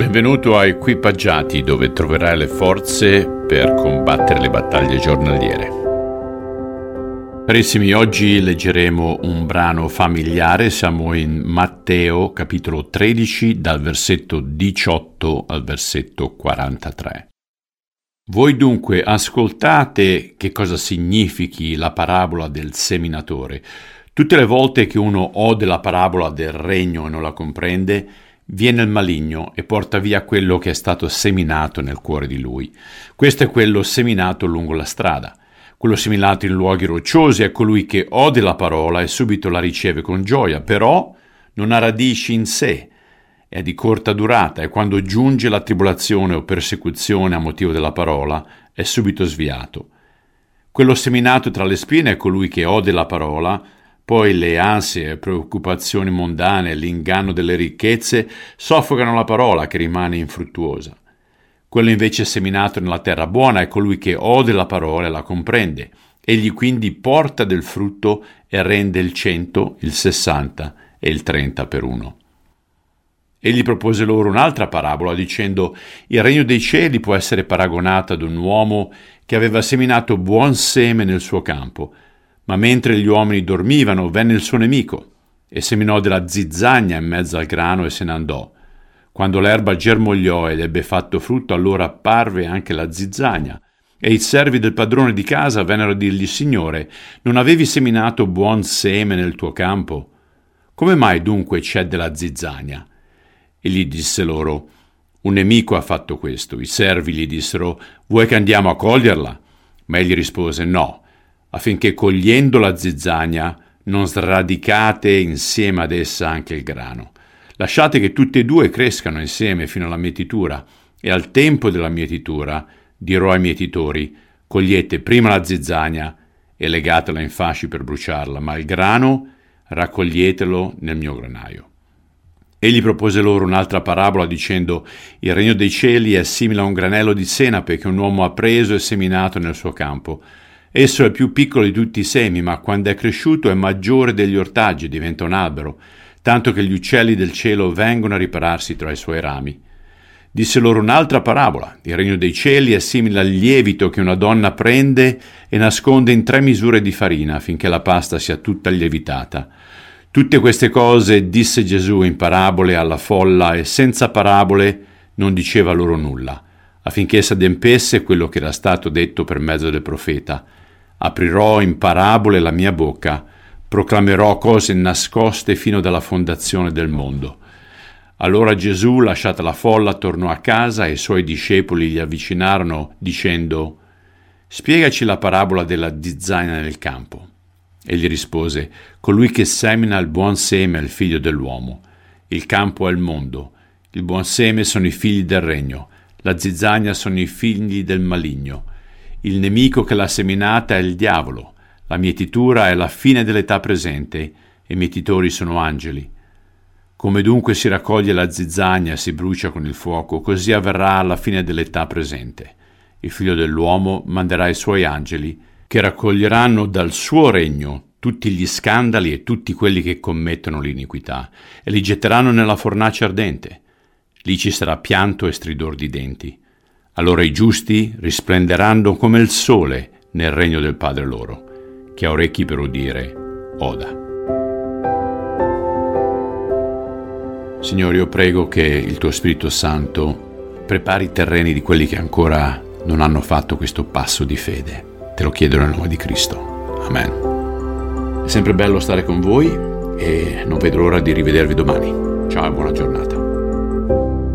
Benvenuto a Equipaggiati, dove troverai le forze per combattere le battaglie giornaliere. Carissimi, oggi leggeremo un brano familiare. Siamo in Matteo, capitolo 13, dal versetto 18 al versetto 43. Voi dunque ascoltate che cosa significhi la parabola del seminatore. Tutte le volte che uno ode la parabola del regno e non la comprende, viene il maligno e porta via quello che è stato seminato nel cuore di lui. Questo è quello seminato lungo la strada. Quello seminato in luoghi rocciosi è colui che ode la parola e subito la riceve con gioia, però non ha radici in sé, è di corta durata e quando giunge la tribolazione o persecuzione a motivo della parola è subito sviato. Quello seminato tra le spine è colui che ode la parola, poi le ansie e preoccupazioni mondane e l'inganno delle ricchezze soffocano la parola che rimane infruttuosa. Quello invece seminato nella terra buona è colui che ode la parola e la comprende. Egli quindi porta del frutto e rende il 100, il 60 e il 30 per uno. Egli propose loro un'altra parabola dicendo: il regno dei cieli può essere paragonato ad un uomo che aveva seminato buon seme nel suo campo. Ma mentre gli uomini dormivano, venne il suo nemico e seminò della zizzania in mezzo al grano e se ne andò. Quando l'erba germogliò ed ebbe fatto frutto, allora apparve anche la zizzania. E i servi del padrone di casa vennero a dirgli: Signore, non avevi seminato buon seme nel tuo campo? Come mai dunque c'è della zizzania? Egli disse loro: un nemico ha fatto questo. I servi gli dissero: vuoi che andiamo a coglierla? Ma egli rispose: no, affinché cogliendo la zizzania non sradicate insieme ad essa anche il grano. Lasciate che tutte e due crescano insieme fino alla mietitura, e al tempo della mietitura dirò ai mietitori: cogliete prima la zizzania e legatela in fasci per bruciarla, ma il grano raccoglietelo nel mio granaio. Egli propose loro un'altra parabola dicendo: il regno dei cieli è simile a un granello di senape che un uomo ha preso e seminato nel suo campo. Esso è il più piccolo di tutti i semi, ma quando è cresciuto è maggiore degli ortaggi, diventa un albero, tanto che gli uccelli del cielo vengono a ripararsi tra i suoi rami. Disse loro un'altra parabola: il regno dei cieli è simile al lievito che una donna prende e nasconde in 3 misure di farina, affinché la pasta sia tutta lievitata. Tutte queste cose disse Gesù in parabole alla folla, e senza parabole non diceva loro nulla, affinché s'adempisse quello che era stato detto per mezzo del profeta: aprirò in parabole la mia bocca, proclamerò cose nascoste fino dalla fondazione del mondo. Allora Gesù, lasciata la folla, tornò a casa e i suoi discepoli gli avvicinarono dicendo: spiegaci la parabola della zizzania nel campo. Egli rispose: colui che semina il buon seme è il figlio dell'uomo. Il campo è il mondo. Il buon seme sono i figli del regno. La zizzania sono i figli del maligno. Il nemico che l'ha seminata è il diavolo. La mietitura è la fine dell'età presente, e i mietitori sono angeli. Come dunque si raccoglie la zizzania e si brucia con il fuoco, così avverrà alla fine dell'età presente. Il figlio dell'uomo manderà i suoi angeli, che raccoglieranno dal suo regno tutti gli scandali e tutti quelli che commettono l'iniquità, e li getteranno nella fornace ardente. Lì ci sarà pianto e stridor di denti. Allora i giusti risplenderanno come il sole nel regno del Padre loro. Chi ha orecchi per udire, oda. Signore, io prego che il tuo Spirito Santo prepari i terreni di quelli che ancora non hanno fatto questo passo di fede. Te lo chiedo nel nome di Cristo. Amen. È sempre bello stare con voi e non vedo l'ora di rivedervi domani. Ciao e buona giornata.